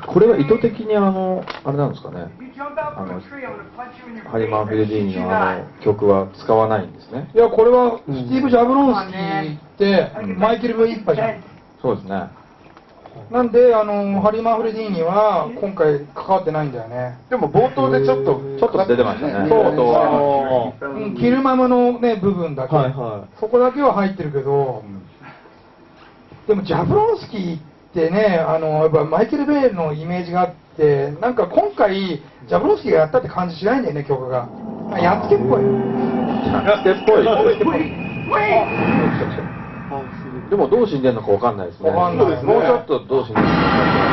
これは意図的にあれなんですかね。ハリマン・フィルディーニの曲は使わないんですね。 いや、これはスティーブ・ジャブロンスキーってマイケル・ブ・イッパじゃん。 そうですね。 なんでハリマン・フィルディーニは今回関わってないんだよね。 でも冒頭でちょっと出てましたね。 そうキルマムのね部分だけ、そこだけは入ってるけど、でもジャブロンスキーってねやっぱマイケル・ベイのイメージがあって、なんか今回ジャブロンスキーがやったって感じしないんだよね、曲が。やっつけっぽい。 やっつけっぽい。でもどう死んでんのかわかんないですね。 わかんないですね。 もうちょっとどう死んでんのか。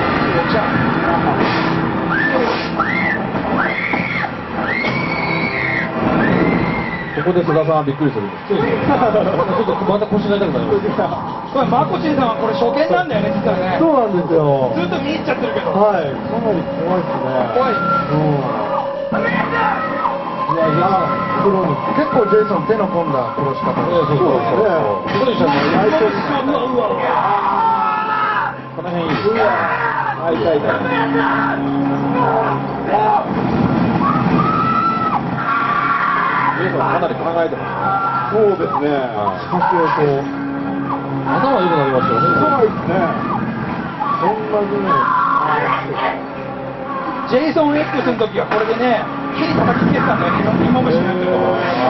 ここで菅さんはびっくりするんです。ちょっとまた腰が痛くなります。 これマコチンさんはこれ初見なんだよね、実はね。 そうなんですよ。 ずっと見入っちゃってるけど。 はい、かなり怖いですね。 怖い。 いや、 結構ジェイソン手の込んだ殺し方。 そうですね。ここにしたら内緒です。この辺いいですね。あ、痛い痛い。皆さんかなり考えてますね。 そうですね。先ほど頭良くなりましたよね。 そうですね。そんなにね。 ジェイソン X の時はこれでね、木に叩きつけてたんだよね、芋虫なんだけど。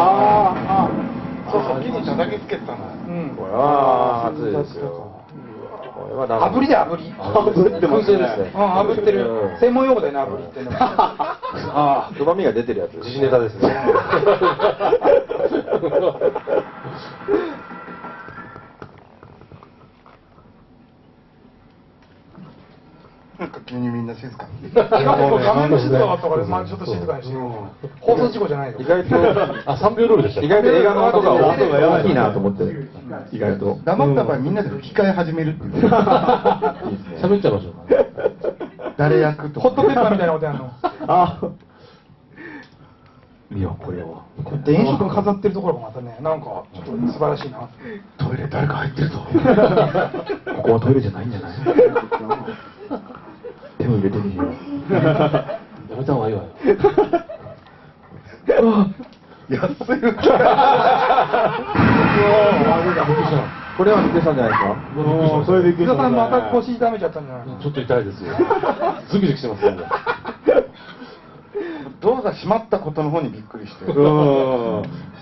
そうそう、木に叩きつけてたの。 これは熱いですよ。これは炙りだよ、炙り。 炙ってますね。 炙ってる。専門用語だよね、炙りってね。 ああ、うまみが出てるやつ。 自信ネタですね。なんか急にみんな静かに。 画面の静かだったから、まあちょっと静かにしてよ。放送事故じゃないよ。 意外と 3秒ルールでした。 意外と映画の音が大きいなと思って。意外と黙った場合みんなで吹き替え始めるっていう。 喋っちゃいましょう。 誰役とホットペッパーみたいなことやるの。 見ようこれを。 電飾飾ってるところがまたね、なんかちょっと素晴らしいな。 トイレ誰か入ってるぞ。 ここはトイレじゃないんじゃない？手を入れてみよう。 やめた方がいいわよ。 安い。 これはびっくりしたんじゃないですか？ それでびっくりした。 伊沢さんまた腰痛めちゃったんじゃない？ ちょっと痛いですよ。ズキズキしてますよね。 ドアが閉まったことの方にびっくりして。 こ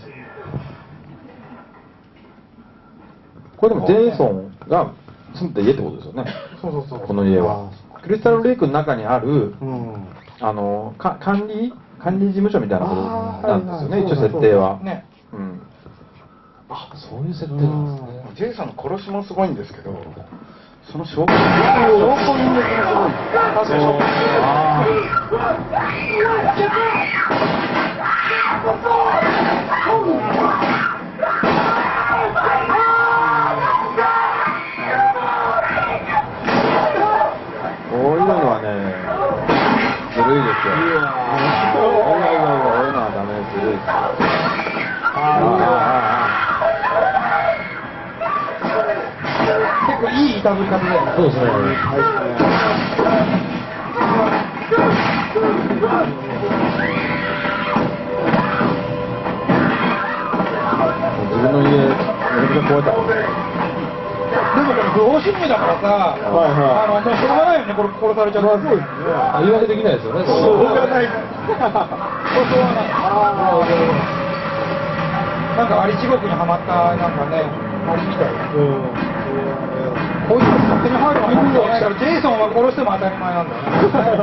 れでもジェイソンが住んで家ってことですよね。 そうそうそう。 この家はクリスタルレイクの中にある管理事務所みたいなことなんですよね。一応設定は。 ね。 あ、そういう設定なんですね。 ジェイソンの殺しもすごいんですけど、その証拠人力もすごい。 確かにこういうのはね、ずるいですよ。こういうのはダメ、ずるいですよ。 結構いいいたぶり方だよね。 そうですね。 自分の家、めちゃくちゃ壊れた。 でもこれ不法侵入だからさ、もうしょうがないよね、これ殺されちゃった。そうですね。 言い訳できないですよね。 しょうがない。しょうがない。なんかあり地獄にはまったなんかね、あれみたいな。こういうの勝手に入るわけないから、ジェイソンは殺しても当たり前なんだよね。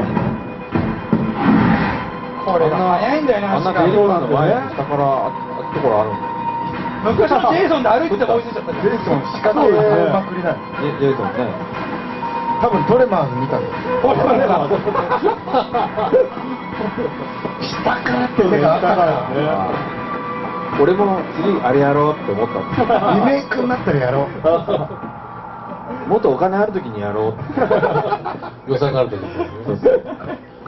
これが早いんだよね、 あんなテレビの前に下からところあるんで。 昔はジェイソンで歩いてて追いついちゃったじゃん。 ジェイソン仕方でやりまくりなの。 ジェイソンね。 多分トレマーズ見たんですよ。下からって手があったから俺も次あれやろうって思ったんですよ。 リメイクになったらやろう。 もっとお金ある時にやろうって。 予算があるときに。 そうそう。